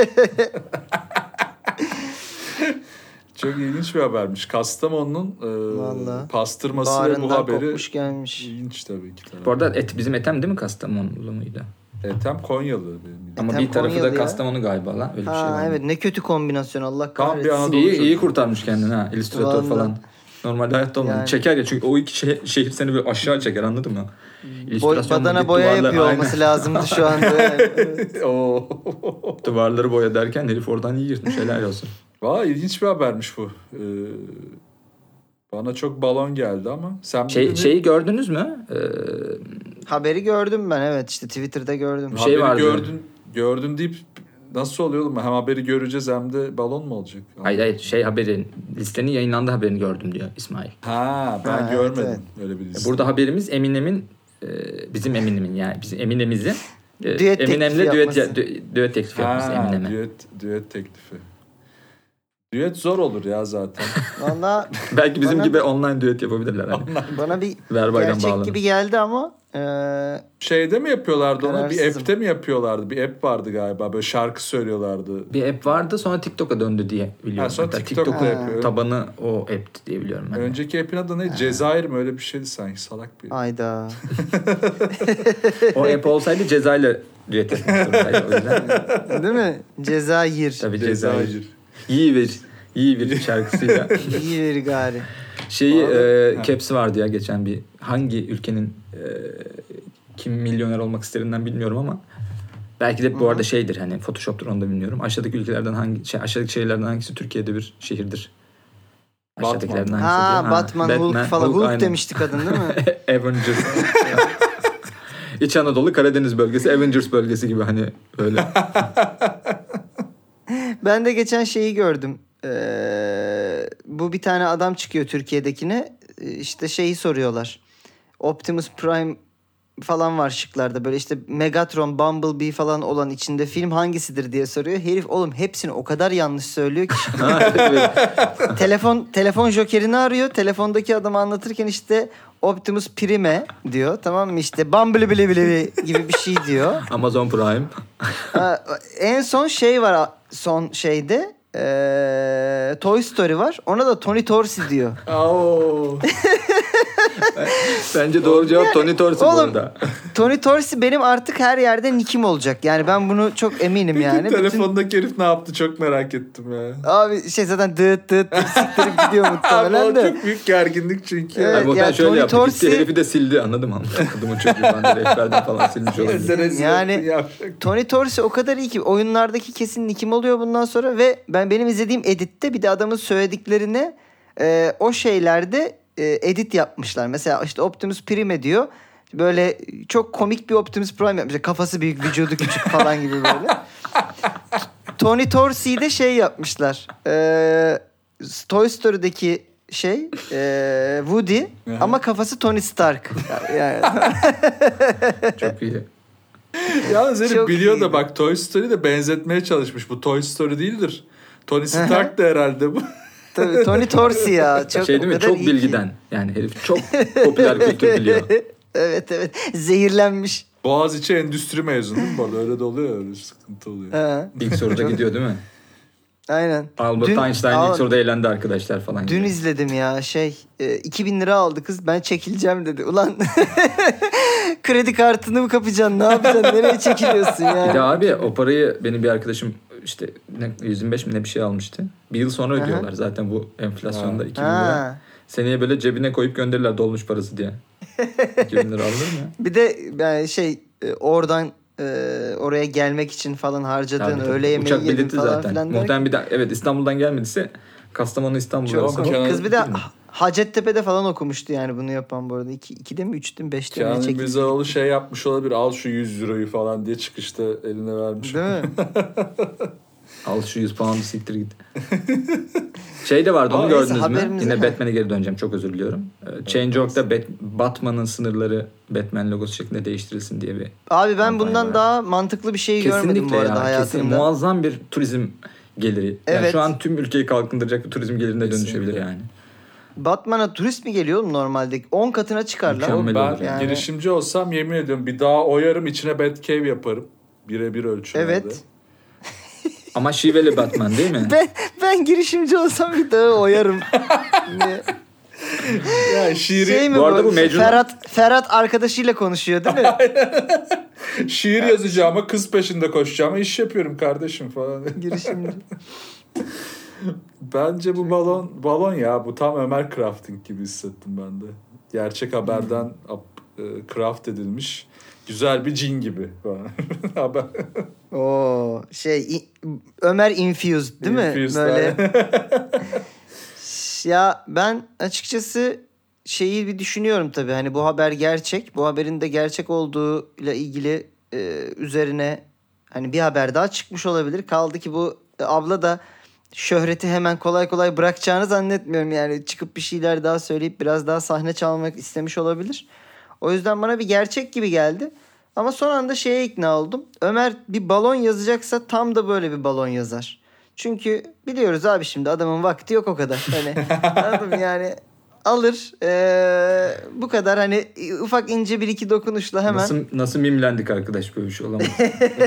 B: Çok ilginç bir habermiş. Kastamonu'nun
A: Vallahi.
B: pastırması ve bu
A: Bağrından
B: haberi
A: kopmuş gelmiş.
B: ilginç tabii ki.
C: Bu arada bizim Ethem değil mi, Kastamonulu muydu?
B: Ethem Konyalı benim bildiğim.
C: Ama
A: Ethem
C: bir tarafı
A: Konyalı
C: da
A: ya.
C: Kastamonu galiba lan. Öyle bir şey
A: Ha
C: var.
A: evet, ne kötü kombinasyon, Allah
B: Tam bir
A: kahretsin.
B: Anadolu
C: İyi
B: çocuğu.
C: iyi kurtarmış kendini ha. İllüstratör
A: Vallahi.
C: falan. Normalde hayatta olmaz.
A: Yani.
C: Çeker ya çünkü o iki şehir seni böyle aşağı çeker, anladın mı?
A: Badana boya yapıyor olması lazımdı şu anda. Yani. Evet.
B: Oo.
C: Duvarları boya derken herif oradan iyi yırtmış, helal olsun.
B: Vay, ilginç bir habermiş bu. Bana çok balon geldi ama. Sen
C: Şeyi gördünüz mü?
A: Haberi gördüm ben, evet, işte Twitter'da gördüm.
C: Bir şey
B: haberi
C: vardı.
B: gördün deyip nasıl oluyor oğlum? Hem haberi göreceğiz hem de balon mu olacak?
C: Hayır haberin listenin yayınlandığı haberini gördüm diyor İsmail.
B: Ben görmedim
A: evet.
B: öyle bir liste.
C: Burada haberimiz Eminem'in bizim Eminem'in yani bizim Eminem'imizi
A: Düet
C: Eminem'le
A: teklifi
C: düet teklifi yapması Eminem'e.
B: Düet teklifi. Düet zor olur ya zaten.
A: Valla
C: Belki bizim gibi online düet yapabilirler. Hani.
A: bana bir
C: Ver
A: gerçek
C: bağlanın.
A: gibi geldi ama
B: Şeyde mi yapıyorlardı onu? Bir
A: Kararsızım.
B: app'te mi yapıyorlardı? Bir app vardı galiba. Böyle şarkı söylüyorlardı.
C: Bir app vardı, sonra TikTok'a döndü diye biliyorum.
B: Sonra
C: Hatta
B: TikTok'ta
C: TikTok
B: yapıyor.
C: tabanı o app'ti diye biliyorum ben.
B: Önceki app'in adı ne? Cezayir mi? Öyle bir şeydi sanki. Salak bir.
A: ayda.
C: O app olsaydı Cezayir'le düet etmek zorundaydı o yüzden.
A: Değil mi? Cezayir.
C: Tabii Cezayir. İyi bir şarkısıyla.
A: İyi veri gari.
C: Caps'i vardı ya geçen bir. Hangi ülkenin kim milyoner olmak isterinden bilmiyorum ama belki de bu arada şeydir, hani Photoshop'tur, onu da bilmiyorum. Aşağıdaki ülkelerden aşağıdaki şehirlerden hangisi Türkiye'de bir şehirdir? Aşağıdakilerden hangisi diyor.
A: Batman, Hulk falan. Hulk
C: aynen.
A: demişti kadın değil mi?
C: Avengers. İç Anadolu, Karadeniz bölgesi, Avengers bölgesi gibi hani öyle.
A: Ben de geçen şeyi gördüm. Bu bir tane adam çıkıyor Türkiye'dekine. İşte şeyi soruyorlar. Optimus Prime falan var şıklarda. Böyle işte Megatron, Bumblebee falan olan içinde film hangisidir diye soruyor. Herif oğlum hepsini o kadar yanlış söylüyor ki. telefon jokerini arıyor. Telefondaki adamı anlatırken işte Optimus Prime diyor. Tamam mı? İşte Bumblebee gibi bir şey diyor.
C: Amazon Prime.
A: En son şey var, son şeyde Toy Story var. Ona da Tony Torsi diyor.
C: Bence doğru cevap Tony Torsi bu
A: Oğlum,
C: arada.
A: Tony Torsi benim artık her yerde nickim olacak. Yani ben bunu çok eminim yani.
B: Telefondaki herif ne yaptı çok merak ettim ya.
A: Abi şey zaten dıt siktirip gidiyor
B: Abi
A: muhtemelen
B: o
A: de.
B: çok büyük gerginlik çünkü.
A: Evet.
C: Yani muhtemelen
A: ya
C: şöyle
A: Tony
C: yaptı.
A: Torsi-
C: Gitti herifi de sildi, anladın mı? Adamın çocuğu ben de rehberden falan silmiş olabilir.
A: Yani Tony Torsi o kadar iyi ki oyunlardaki kesin nickim oluyor bundan sonra ve benim izlediğim editte bir de adamın söylediklerine o şeylerde edit yapmışlar. Mesela işte Optimus Prime diyor. Böyle çok komik bir Optimus Prime yapmışlar. Kafası büyük, vücudu küçük falan gibi böyle. Tony Torsi'yi de şey yapmışlar. Toy Story'deki Woody ama kafası Tony Stark. Yani.
C: Çok iyi.
B: Yalnız herif
A: Çok
B: biliyor da
A: iyiydi.
B: bak Toy Story de benzetmeye çalışmış. Bu Toy Story değildir. Tony Stark da herhalde bu.
A: Tabii Tony Torsi ya. Çok,
C: Şey değil mi?
A: o kadar
C: Çok
A: iyi ki.
C: bilgiden. Yani herif çok popüler kültür biliyor.
A: Evet. Zehirlenmiş.
B: Boğaziçi Endüstri mezunu değil mi bu arada? Öyle de oluyor, öyle sıkıntı oluyor.
A: Ha,
C: İlk soruda gidiyor değil mi?
A: aynen.
C: Albert Einstein ilk soruda eğlendi arkadaşlar falan
A: Dün
C: gibi.
A: izledim ya 2000 lira aldı kız, ben çekileceğim dedi. Ulan kredi kartını mı kapacaksın, ne yapacaksın, nereye çekiliyorsun yani?
C: Bir de abi o parayı benim bir arkadaşım işte 125 mi ne bir şey almıştı. Bir yıl sonra ödüyorlar zaten bu enflasyonda 2000 lira.
A: Ha.
C: Seneye böyle cebine koyup gönderirler dolmuş parası diye. 2000 lira alır mı?
A: Bir de yani oradan oraya gelmek için falan harcadığın
C: Tabii.
A: öğle yemeği
C: Uçak
A: yedin
C: bileti
A: falan
C: zaten.
A: filan derken.
C: Muhtemelen bir de evet İstanbul'dan gelmediyse Kastamonu İstanbul
A: Çok
C: arası.
B: Kenan-
A: kız bir de Hacettepe'de falan okumuştu yani bunu yapan bu arada. 2'de mi 3'te mi 5'te mi
B: Kenan
A: çekildi.
B: İmirzalıoğlu şey yapmış olabilir. Al şu 100 euroyu falan diye çıkışta eline vermiş.
A: Değil mi?
C: Al şu 100 pound'u siktir git. Şey de vardı, onu
A: Neyse,
C: gördünüz mü?
A: haberimize-
C: Yine Batman'e geri döneceğim, çok özür diliyorum. Change.org'da Batman'ın sınırları Batman logosu şeklinde değiştirilsin diye bir
A: Abi ben
C: kampanya
A: bundan
C: var.
A: daha mantıklı bir şey görmedim
C: Kesinlikle
A: bu arada
C: ya. Kesin
A: hayatımda.
C: muazzam bir turizm geliri. Yani
A: Evet.
C: şu an tüm ülkeyi kalkındıracak bir turizm gelirine
B: Kesinlikle.
C: dönüşebilir yani.
A: Batman'a turist mi geliyor oğlum normalde? 10 katına çıkarlar.
C: Mükemmel.
B: Ben
C: olur
A: yani.
B: girişimci olsam yemin ediyorum bir daha oyarım, içine Batcave yaparım. Birebir ölçülerde.
A: Evet.
C: Ama şiveli Batman değil mi?
A: Ben girişimci olsam bir daha oyarım. Ne?
B: Yani şiiri,
A: Şey mi
C: Bu
A: bu?
C: arada bu Mecnun-
A: Ferhat arkadaşıyla konuşuyor değil mi?
B: şiir yazacağıma kız peşinde koşacağıma iş yapıyorum kardeşim falan.
A: Girişimci.
B: Bence bu balon ya. Bu tam Ömer crafting gibi hissettim ben de. Gerçek haberden craft edilmiş. Güzel bir cin gibi. Haber.
A: Oo Ömer infused değil mi?
B: Infused,
A: Böyle. Ya ben açıkçası şeyi bir düşünüyorum tabii. Hani bu haber gerçek. Bu haberin de gerçek olduğuyla ilgili üzerine hani bir haber daha çıkmış olabilir. Kaldı ki bu abla da şöhreti hemen kolay kolay bırakacağını zannetmiyorum. Yani çıkıp bir şeyler daha söyleyip biraz daha sahne çalmak istemiş olabilir. O yüzden bana bir gerçek gibi geldi. Ama son anda şeye ikna oldum. Ömer bir balon yazacaksa tam da böyle bir balon yazar. Çünkü biliyoruz abi şimdi adamın vakti yok o kadar. Hani anladın mı yani alır bu kadar hani ufak ince bir iki dokunuşla hemen.
C: Nasıl mimlendik arkadaş, böyle bir şey olamaz.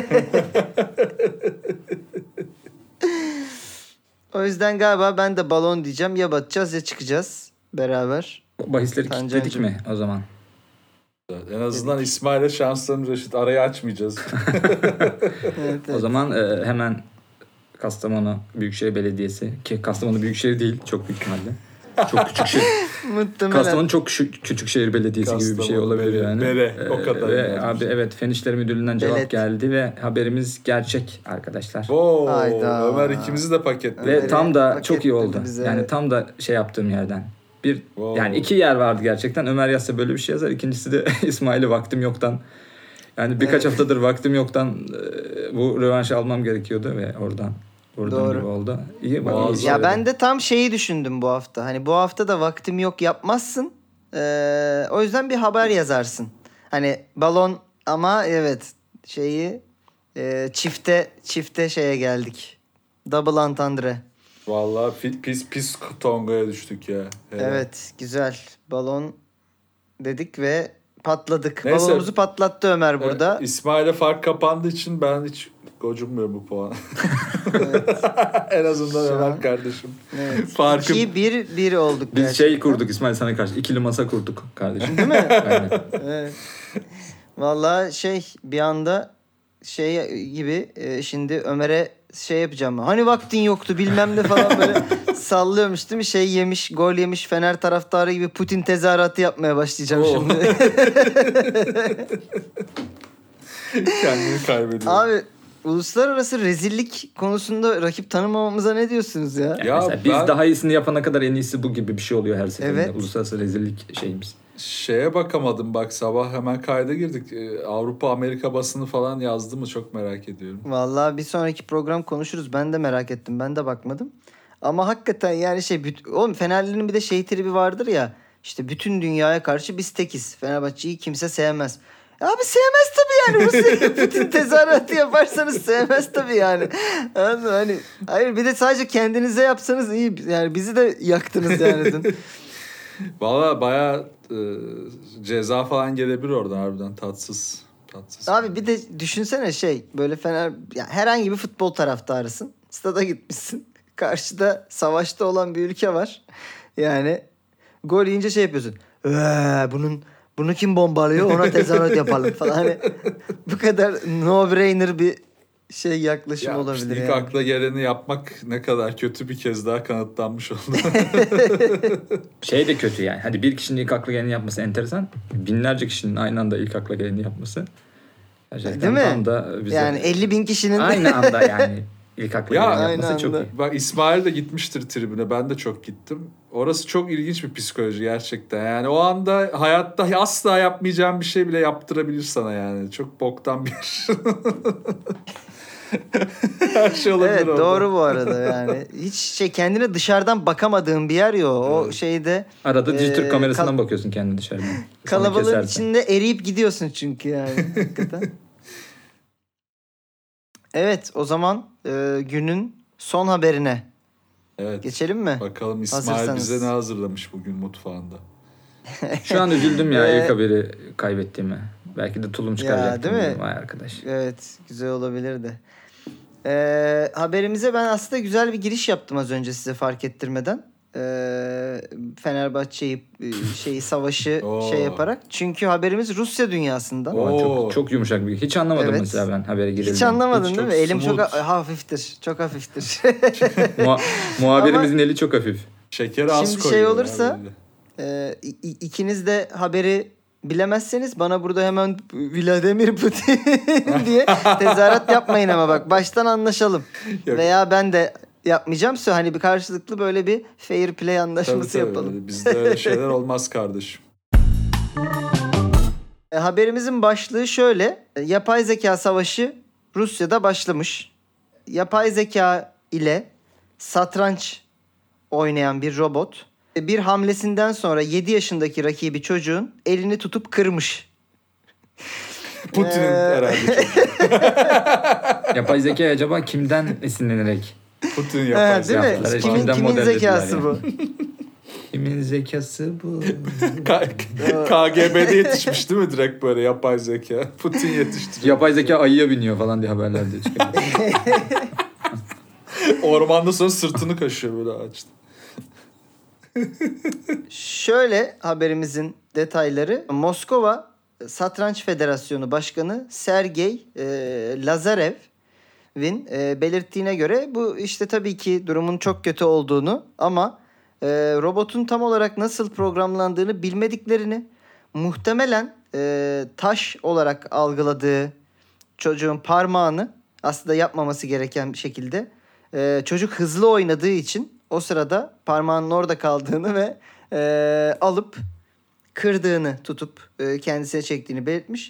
A: O yüzden galiba ben de balon diyeceğim. Ya batacağız ya çıkacağız beraber.
C: Bahisleri kilitledik mi o zaman?
B: En azından İsmail'e şanslarımız eşit. Arayı açmayacağız.
A: Evet.
C: O zaman hemen Kastamonu Büyükşehir Belediyesi, ki Kastamonu Büyükşehir değil, çok büyük ihtimalle. Çok küçük şehir.
A: Muhtemelen.
C: Kastamonu çok küçük şehir belediyesi gibi bir şey olabilir yani.
B: Bere, o kadar.
C: Ve abi evet, Fen İşleri Müdürlüğü'nden cevap geldi ve haberimiz gerçek arkadaşlar.
A: Hayda.
B: Ömer ikimizi de paketledi.
C: Ve tam da çok iyi oldu.
A: bize.
C: Yani tam da şey yaptığım yerden. Yani iki yer vardı gerçekten. Ömer yazsa böyle bir şey yazar. İkincisi de İsmail'i vaktim yoktan. Yani birkaç haftadır vaktim yoktan bu rövanşı almam gerekiyordu ve oradan
A: Doğru.
C: gibi oldu. İyi.
A: Ya ben de tam şeyi düşündüm bu hafta. Hani bu hafta da vaktim yok yapmazsın. O yüzden bir haber yazarsın. Hani balon ama evet çifte şeye geldik. Double entendre.
B: Vallahi pis tongaya düştük ya.
A: Evet güzel. Balon dedik ve patladık.
B: Neyse.
A: Balonumuzu patlattı Ömer burada.
B: İsmail'e fark kapandığı için ben hiç gocunmuyorum bu puan. En azından Ömer kardeşim.
A: Evet.
B: Farkım.
A: 2-1 olduk.
C: Biz
A: gerçekten.
C: kurduk İsmail sana karşı. İkili masa kurduk kardeşim.
A: Değil mi?
C: Aynen.
A: Evet. Vallahi bir anda gibi şimdi Ömer'e yapacağım. Hani vaktin yoktu bilmem ne falan böyle sallıyormuş değil mi? Gol yemiş Fener taraftarı gibi Putin tezahüratı yapmaya başlayacağım şimdi.
B: Kendini kaybediyor.
A: Abi uluslararası rezillik konusunda rakip tanımamamıza ne diyorsunuz ya?
C: Mesela biz daha iyisini yapana kadar en iyisi bu gibi bir şey oluyor her seferinde.
A: Evet.
C: Uluslararası rezillik şeyimiz.
B: Şeye bakamadım bak, sabah hemen kayda girdik. Avrupa Amerika basını falan yazdı mı çok merak ediyorum.
A: Vallahi bir sonraki program konuşuruz. Ben de merak ettim. Ben de bakmadım. Ama hakikaten yani oğlum Fenerlilerin bir de tribi vardır ya. İşte bütün dünyaya karşı biz tekiz. Fenerbahçe'yi kimse sevmez. Abi sevmez tabii yani. Putin tezahüratı yaparsanız sevmez tabii yani. Anladın mı? Hani, hayır bir de sadece kendinize yapsanız iyi. Yani bizi de yaktınız yani.
B: Valla bayağı ceza falan gelebilir oradan harbiden, tatsız.
A: Abi bir de düşünsene böyle herhangi bir futbol taraftarısın. Stada gitmişsin. Karşıda savaşta olan bir ülke var. Yani gol yiyince yapıyorsun. Bunu kim bombalıyor ona tezahürat yapalım falan. Hani bu kadar no brainer bir yaklaşım
B: ya
A: olabilir
B: işte ilk
A: yani.
B: akla geleni yapmak ne kadar kötü bir kez daha kanıtlanmış oldu.
C: De kötü yani. Hadi bir kişinin ilk akla geleni yapması enteresan. Binlerce kişinin aynı anda ilk akla geleni yapması. Gerçekten
A: değil mi?
C: Tam da bize...
A: Yani 50.000 kişinin
C: aynı anda yani ilk akla geleni yapması çok iyi.
B: Bak İsmail de gitmiştir tribüne. Ben de çok gittim. Orası çok ilginç bir psikoloji gerçekten. Yani o anda hayatta asla yapmayacağım bir şey bile yaptırabilir sana yani. Çok boktan bir her şey olabilir
A: evet
B: orada.
A: doğru bu arada yani. Hiç kendine dışarıdan bakamadığın bir yer yok. O
C: Arada Dijitürk kamerasından bakıyorsun kendine dışarıdan.
A: Kalabalığın içinde eriyip gidiyorsun çünkü yani. Hakikaten. Evet o zaman günün son haberine geçelim mi?
B: Bakalım İsmail
A: Hazırsanız.
B: bize ne hazırlamış bugün mutfağında.
C: Şu an üzüldüm ya ilk haberi kaybettiğime. Belki de tulum çıkaracaktım.
A: Değil mi?
C: Vay arkadaş.
A: Evet güzel olabilirdi. Haberimize ben aslında güzel bir giriş yaptım az önce size fark ettirmeden. Fenerbahçe'yi savaşı şey yaparak. Çünkü haberimiz Rusya dünyasından.
C: Çok, çok yumuşak bir. Hiç anlamadım
A: Evet.
C: mesela ben habere girildiğini.
A: Hiç anlamadın değil mi? Elim
B: smooth.
A: çok hafiftir. Çok hafiftir.
C: Muhabirimizin eli çok hafif.
B: Şekeri az
A: Şimdi
B: koyuyor.
A: şey olursa ikiniz de haberi bilemezseniz bana burada hemen Vladimir Putin diye tezahürat yapmayın ama bak baştan anlaşalım.
B: Yok.
A: Veya ben de yapmayacağım. Hani bir karşılıklı böyle bir fair play anlaşması
B: Tabii,
A: yapalım.
B: Bizde öyle şeyler olmaz kardeşim.
A: Haberimizin başlığı şöyle. Yapay zeka savaşı Rusya'da başlamış. Yapay zeka ile satranç oynayan bir robot bir hamlesinden sonra 7 yaşındaki rakibi çocuğun elini tutup kırmış.
B: Putin'in herhalde.
C: Yapay zeka acaba kimden esinlenerek?
B: Putin yapar.
A: Değil mi?
C: yaptılar.
A: Kimin
C: Kimden
A: zekası
C: modellediler
A: bu?
C: Kimin zekası bu?
B: KGB'de yetişmiş değil mi direkt böyle yapay zeka? Putin yetiştiriyor.
C: Yapay zeka ayıya biniyor falan diye haberlerde çıkıyor.
B: Ormanda sonra sırtını kaşıyor böyle ağaçta.
A: Şöyle haberimizin detayları. Moskova Satranç Federasyonu Başkanı Sergey Lazarev'in belirttiğine göre bu işte tabii ki durumun çok kötü olduğunu ama robotun tam olarak nasıl programlandığını bilmediklerini, muhtemelen taş olarak algıladığı çocuğun parmağını aslında yapmaması gereken bir şekilde çocuk hızlı oynadığı için o sırada parmağının orada kaldığını ve alıp kırdığını tutup kendisine çektiğini belirtmiş.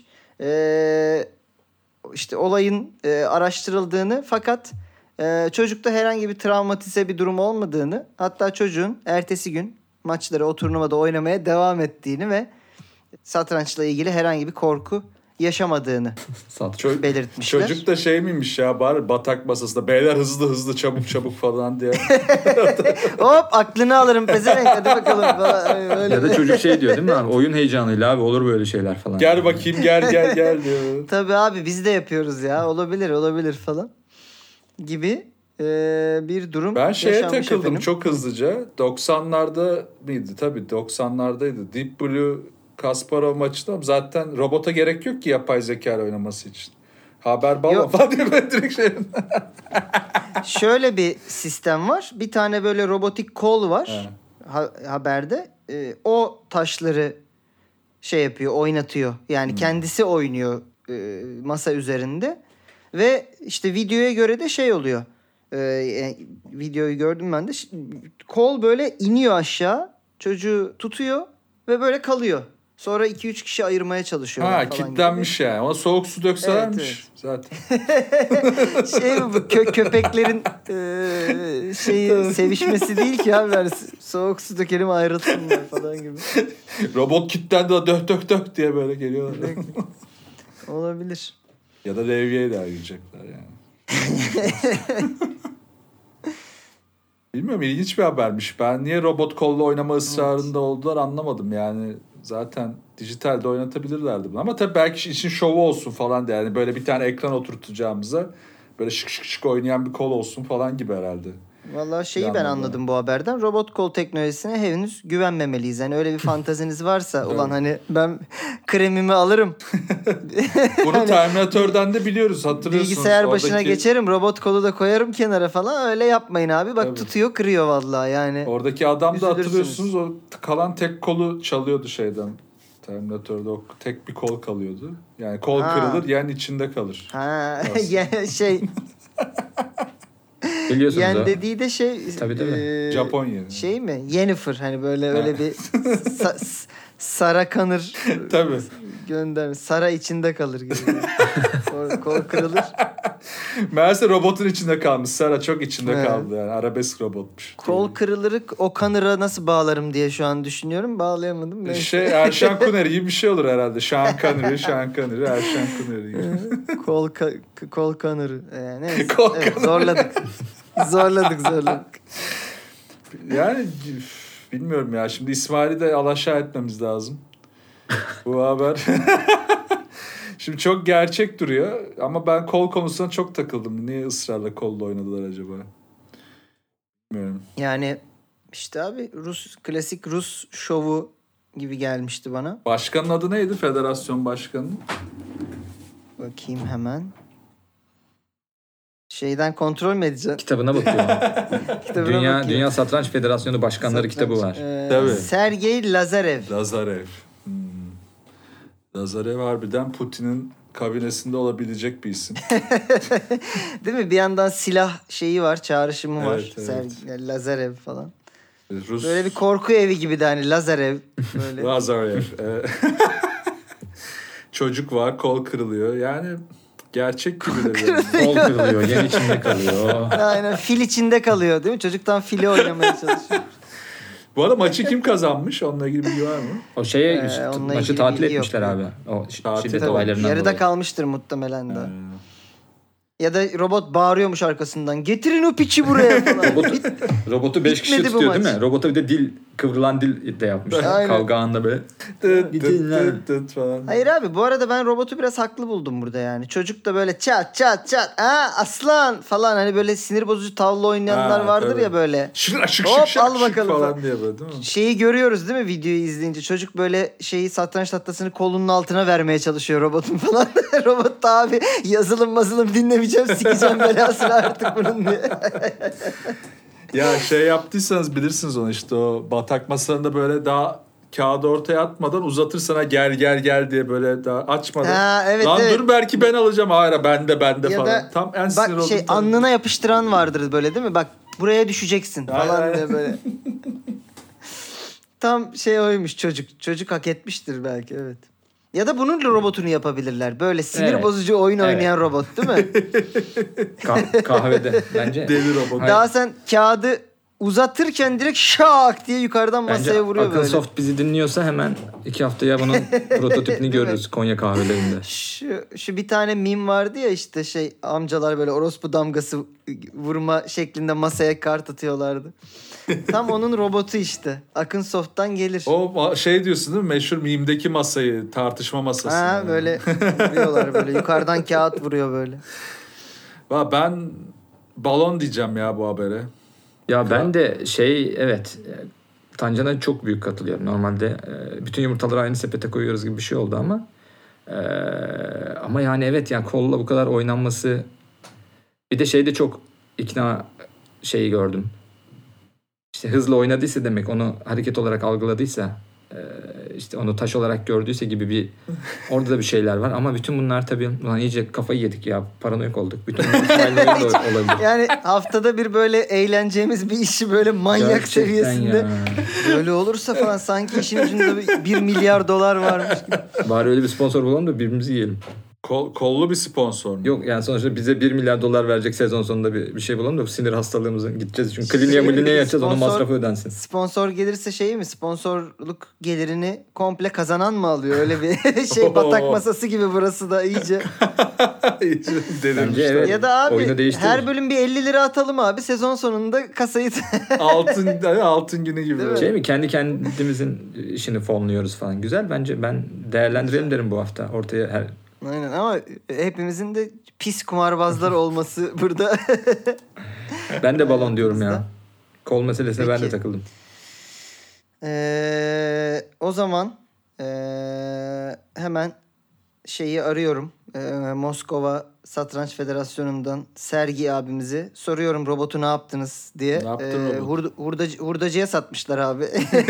A: İşte olayın araştırıldığını fakat çocukta herhangi bir travmatize bir durum olmadığını, hatta çocuğun ertesi gün maçları o turnuvada oynamaya devam ettiğini ve satrançla ilgili herhangi bir korku yaşamadığını belirtmişler.
B: Çocuk da şey miymiş ya bari batak masasında beyler hızlı hızlı çabuk çabuk falan diye.
A: Hop aklını alırım pezevenk hadi bakalım. Öyle.
C: Ya da çocuk şey diyor değil mi abi? Oyun heyecanıyla abi olur böyle şeyler falan.
B: Gel bakayım gel diyor.
A: Tabii abi biz de yapıyoruz ya olabilir falan gibi bir durum
B: Ben şeye
A: yaşanmış
B: takıldım
A: efendim.
B: çok hızlıca. 90'larda mıydı? Tabii 90'lardaydı. Deep Blue Kasparov maçında zaten robota gerek yok ki yapay zeka ile oynaması için. Haber baba falan diye ben direkt şey.
A: Şöyle bir sistem var. Bir tane böyle robotik kol var haberde. O taşları şey yapıyor, oynatıyor. Yani kendisi oynuyor masa üzerinde. Ve işte videoya göre de şey oluyor. Videoyu gördüm ben de. Kol böyle iniyor aşağı. Çocuğu tutuyor ve böyle kalıyor. Sonra 2-3 kişi ayırmaya çalışıyor.
B: Ha kilitlenmiş yani. Ona soğuk su dökselermiş zaten.
A: Şey bu köpeklerin sevişmesi değil ki abi. Yani soğuk su dökelim ayrılsınlar falan gibi.
B: Robot kilitlendi de dök diye böyle geliyorlar.
A: Olabilir.
B: Ya da levyeyle girecekler yani. Bilmiyorum ilginç bir habermiş. Ben niye robot kolla oynama ısrarında oldular anlamadım yani. Zaten dijitalde oynatabilirlerdi bunu. Ama tabii belki için şovu olsun falan diye. Yani böyle bir tane ekran oturtacağımıza böyle şık oynayan bir kol olsun falan gibi herhalde.
A: Vallahi şeyi ben anladım bu haberden. Robot kol teknolojisine henüz güvenmemeliyiz. Yani öyle bir fantaziniz varsa ulan hani ben kremimi alırım.
B: Bunu Terminator'dan da biliyoruz hatırlıyorsunuz.
A: Bilgisayar başına geçerim robot kolu da koyarım kenara falan öyle yapmayın abi. Bak tabii. Tutuyor kırıyor vallahi yani.
B: Oradaki adam da hatırlıyorsunuz o kalan tek kolu çalıyordu şeyden. Terminator'da o tek bir kol kalıyordu. Yani kol kırılır yen içinde kalır.
A: Ha yani şey...
C: Biliyorsunuz
A: yani
C: o.
A: dediği de şey
B: Japonya.
A: Şey mi? Yennefer hani böyle öyle bir Sara kanır.
B: Tabii.
A: Göndermiş. Sara içinde kalır gibi. Kol kırılır.
B: Meğerse robotun içinde kalmış. Sara çok içinde kaldı yani. Arabesk robotmuş.
A: Kol kırılırı o kanıra nasıl bağlarım diye şu an düşünüyorum. Bağlayamadım. Neyse.
B: Erşan Kuneri gibi bir şey olur herhalde. Şahan Kuneri, Erşan Kuneri gibi.
A: Kol kanırı. Neyse. Zorladık.
B: Yani bilmiyorum ya. Şimdi İsmail'i de alaşağı etmemiz lazım. Bu haber. Şimdi çok gerçek duruyor. Ama ben kol konusuna çok takıldım. Niye ısrarla kolla oynadılar acaba? Bilmiyorum.
A: Yani İşte abi klasik Rus şovu gibi gelmişti bana.
B: Başkanın adı neydi? Federasyon başkanı.
A: Bakayım hemen. Şeyden kontrol mü edeceğim?
C: Kitabına bakıyorum.
A: Kitabına bakıyorum.
C: Dünya Satranç Federasyonu Başkanları kitabı var.
B: Tabii.
A: Sergey Lazarev.
B: Lazarev. Lazarev harbiden Putin'in kabinesinde olabilecek bir isim.
A: Değil mi? Bir yandan silah şeyi var, çağrışımı var.
B: Evet.
A: Sergey Lazarev falan.
B: Rus...
A: Böyle bir korku evi gibi de hani Lazarev. Böyle.
B: Lazarev. Çocuk var, kol kırılıyor. Yani gerçek gibidir. Yani.
C: Kol kırılıyor, yen içinde kalıyor.
A: Aynen, fil içinde kalıyor değil mi? Çocuktan fili oynamaya çalışıyor.
B: Bu arada maçı kim kazanmış? Onunla ilgili bilgi var mı?
C: O şeye
A: onunla
C: maçı
A: ilgili
C: tatil
A: bilgi
C: etmişler
A: yok.
C: abi. O
B: Tatil.
C: şiddet
B: Tabii.
C: olaylarından
A: Yarıda
C: dolayı.
A: kalmıştır muhtemelen de. Ya da robot bağırıyormuş arkasından. Getirin o piçi buraya falan.
C: Robotu 5 kişi
A: Bitmedi bu
C: tutuyor değil
A: maç.
C: mi? Robota bir de kıvrılan dil de yapmışlar.
A: Aynen.
C: Kavga anında böyle.
B: Tıt falan.
A: Hayır abi, bu arada ben robotu biraz haklı buldum burada yani. Çocuk da böyle çat çat çat. Aslan falan, hani böyle sinir bozucu tavla oynayanlar vardır
B: tabii.
A: ya böyle.
B: Şık şık
A: Hop,
B: şık
A: al
B: şık
A: bakalım
B: falan diye böyle değil mi?
A: Şeyi görüyoruz değil mi videoyu izleyince? Çocuk böyle satranç tahtasını kolunun altına vermeye çalışıyor robotun falan. Robot da abi yazılım dinlemeyeceğim, sikeceğim belasını artık bunun diye.
B: Ya yaptıysanız bilirsiniz onu, işte o batak masalarında böyle daha kağıdı ortaya atmadan uzatır sana gel diye, böyle daha açmadan.
A: Ha, evet,
B: Lan
A: evet.
B: dur belki ben alacağım. Hayır bende
A: Ya
B: falan.
A: da
B: Tam en sinir
A: bak
B: oldum.
A: alnına yapıştıran vardır böyle değil mi? Bak buraya düşeceksin falan
B: Aynen.
A: diye böyle. Tam oymuş çocuk. Çocuk hak etmiştir belki, evet. Ya da bunun robotunu yapabilirler. Böyle sinir
C: Evet.
A: bozucu oyun
C: Evet.
A: oynayan robot değil mi?
C: Kahvede bence.
B: Deli robot.
C: Hayır.
A: Daha sen kağıdı uzatırken direkt şak diye yukarıdan
C: Bence
A: masaya vuruyor böyle.
C: Akınsoft bizi dinliyorsa hemen 2 haftaya bunun prototipini görürüz Konya kahvelerinde.
A: Şu bir tane meme vardı ya, işte amcalar böyle orospu damgası vurma şeklinde masaya kart atıyorlardı. Tam onun robotu işte. Akınsoft'tan gelir.
B: O diyorsun değil mi? Meşhur mimdeki masayı, tartışma masası.
A: Ha, böyle vuruyorlar böyle. Yukarıdan kağıt vuruyor böyle.
B: Ben balon diyeceğim ya bu habere.
C: Ya ben de evet, Tancan'a çok büyük katılıyorum. Normalde bütün yumurtaları aynı sepete koyuyoruz gibi bir şey oldu ama yani evet, yani kolla bu kadar oynanması, bir de de çok ikna gördüm. İşte hızlı oynadıysa demek, onu hareket olarak algıladıysa, işte onu taş olarak gördüyse gibi bir orada da bir şeyler var, ama bütün bunlar tabii iyice kafayı yedik ya, paranoyak olduk. Bütün ihtimaller da olabilir.
A: Yani haftada bir böyle eğleneceğimiz bir işi böyle manyak
C: Gerçekten
A: seviyesinde
C: ya.
A: böyle olursa falan sanki işin ucunda 1 milyar dolar varmış gibi.
C: Bari öyle bir sponsor bulalım da birbirimizi yiyelim.
B: Kollu bir sponsor mu?
C: Yok yani sonuçta bize 1 milyar dolar verecek sezon sonunda bir şey bulalım da sinir hastalığımızın gideceğiz. Çünkü kliniğe yapacağız, onun masrafı ödensin.
A: Sponsor gelirse mi? Sponsorluk gelirini komple kazanan mı alıyor? Öyle bir batak masası gibi burası da iyice.
C: Bence evet.
A: Ya da abi
C: oyunu değiştirir.
A: her bölüm bir 50 lira atalım abi. Sezon sonunda kasayı...
B: altın günü gibi.
A: Değil mi?
C: Kendi kendimizin işini fonluyoruz falan. Güzel bence, ben değerlendirelim derim bu hafta. Ortaya
A: Aynen, ama hepimizin de pis kumarbazlar olması burada.
C: Ben de balon diyorum ya. Kol meselesine
A: Peki.
C: ben de takıldım.
A: O zaman hemen arıyorum. Moskova Satranç Federasyonu'ndan Sergi abimizi soruyorum, robotu ne yaptınız diye.
B: Ne yaptın robot?
A: Hurdacıya satmışlar abi.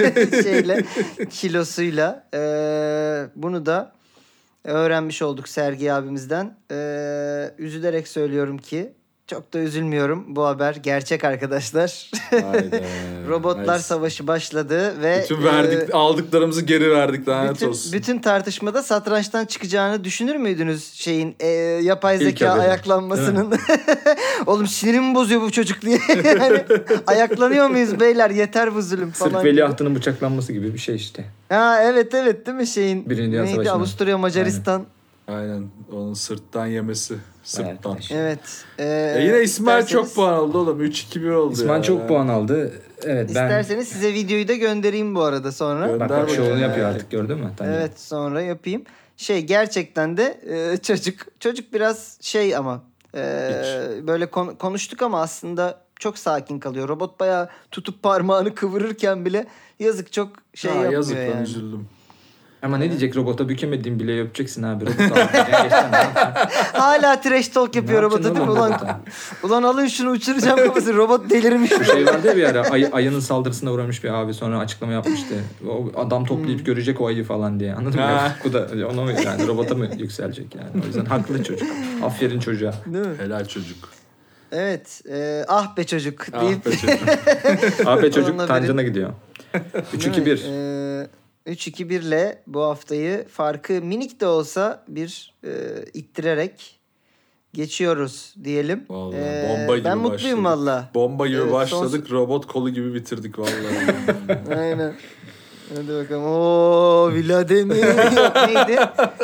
A: Kilosuyla. Bunu da öğrenmiş olduk Sergi abimizden. Üzülerek söylüyorum ki çok da üzülmüyorum. Bu haber gerçek arkadaşlar.
B: Haydi.
A: Robotlar
B: Nice.
A: savaşı başladı ve
B: Bütün aldıklarımızı geri verdik, lanet olsun.
A: bütün tartışmada satrançtan çıkacağını düşünür müydünüz yapay
C: İlk
A: zeka
C: haberi,
A: ayaklanmasının? Oğlum sinirimi bozuyor bu çocuk diye. Yani, ayaklanıyor muyuz beyler? Yeter bu zulüm falan.
C: Sırf veliahtının bıçaklanması gibi bir şey işte.
A: Ha, evet değil mi
C: Birinci Dünya
A: neydi?
C: Savaşı'nda.
A: Avusturya Macaristan.
B: Aynen. Onun sırttan yemesi. Sırttan.
A: Evet.
B: Yine İsmail
A: isterseniz-
B: çok puan aldı oğlum. 3-2-1 oldu
C: İsmail
B: ya.
C: çok puan aldı. Evet, ben
A: İsterseniz size videoyu da göndereyim bu arada sonra.
B: Gönder
C: bak şovunu
B: bakayım.
C: yapıyor artık, gördün mü? Tanju?
A: Evet, sonra yapayım. Gerçekten de çocuk biraz ama böyle konuştuk ama aslında çok sakin kalıyor. Robot bayağı tutup parmağını kıvırırken bile yazık çok şey yapmıyor
B: yazık lan,
A: yani.
B: üzüldüm.
C: Ama ne diyecek, robota bükemediğin bile öpeceksin abi. Robot geçten ne yapacaksın?
A: Hala trash talk yapıyor
C: Ne
A: robota
C: yapacaksın
A: değil mi?
C: oğlum
A: Ulan,
C: robota?
A: ulan alın şunu uçuracağım kafası. Robot delirmiş.
C: Bir şey vardı ya bir ara ayının saldırısına uğramış bir abi, sonra açıklama yapmıştı. O adam toplayıp görecek o ayı falan diye. Anladın mı? Bu da ona mı yani, robota mı yükselecek yani? O yüzden haklı çocuk. Aferin çocuğa.
A: Değil mi?
B: Helal çocuk.
A: Evet. Ah be çocuk
B: Ah
A: deyip.
B: be çocuk.
C: Abi çocuk
A: Onunla
C: Tancan'a gidiyor. 3-2-1.
A: 3-2-1 ile bu haftayı farkı minik de olsa bir ittirerek geçiyoruz diyelim.
B: Vallahi bomba gibi
A: ben mutluyum
B: başladık.
A: valla.
B: Bomba gibi
A: Evet,
B: başladık. Robot kolu gibi bitirdik vallahi.
A: Aynen. Hadi bakalım. Oo Vladimir. Yok, neydi?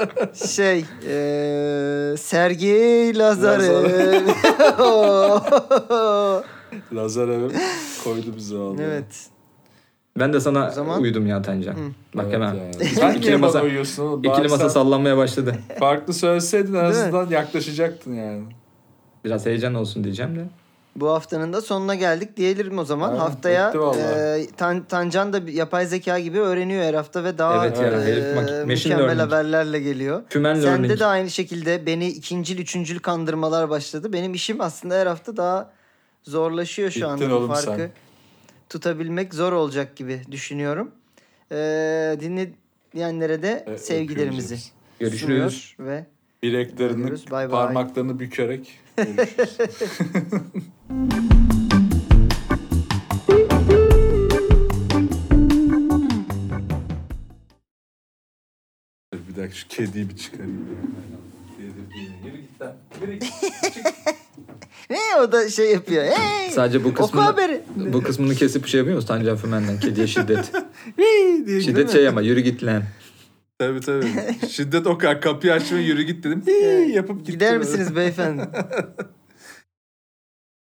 A: Sergey Lazarev.
B: Lazarev koydu bizi vallahi.
A: Evet.
C: Ben de sana
A: zaman-
C: uydum ya Tancan. Bak
B: Evet
C: hemen.
B: yani. Sen
C: İkili
B: niye
C: masa-
B: bana uyuyorsun oğlum?
C: İkili
B: Bari
C: masa
B: sen
C: sallanmaya başladı.
B: farklı söyleseydin en
A: Değil mi?
B: azından yaklaşacaktın yani.
C: Biraz heyecan olsun diyeceğim de.
A: Bu haftanın da sonuna geldik diyelim o zaman.
B: Aynen,
A: Haftaya
B: bitti vallahi.
A: Tancan da yapay zeka gibi öğreniyor her hafta ve daha
C: Evet
B: ya,
C: herif machine
A: mükemmel
C: learning.
A: haberlerle geliyor.
C: Human
A: Sende
C: learning.
A: de aynı şekilde beni ikincil, üçüncül kandırmalar başladı. Benim işim aslında her hafta daha zorlaşıyor şu
B: Bittin
A: anda bu
B: oğlum
A: farkı.
B: sen.
A: Tutabilmek zor olacak gibi düşünüyorum. Dinleyenlere de sevgilerimizi
B: öpüyoruz.
C: Görüşürüz.
A: sunuyor ve
B: Bileklerini,
A: Görüşürüz, bay bay.
B: parmaklarını bükerek görüşürüz. Bir dakika şu kediyi bir çıkarayım. Yürü git lan. Yürü git.
A: o da şey yapıyor. Hey!
C: Sadece bu
A: Oku
C: kısmını,
A: haberi.
C: bu kısmını kesip şey yapıyor musun Tancan Fümen'den? Kediye şiddet.
B: Hii diye
C: Şiddet şey ama yürü git lan.
B: Tabii. Şiddet o kadar. Kapıyı açma yürü git dedim. Hii yapıp gitti.
A: Gider misiniz beyefendi?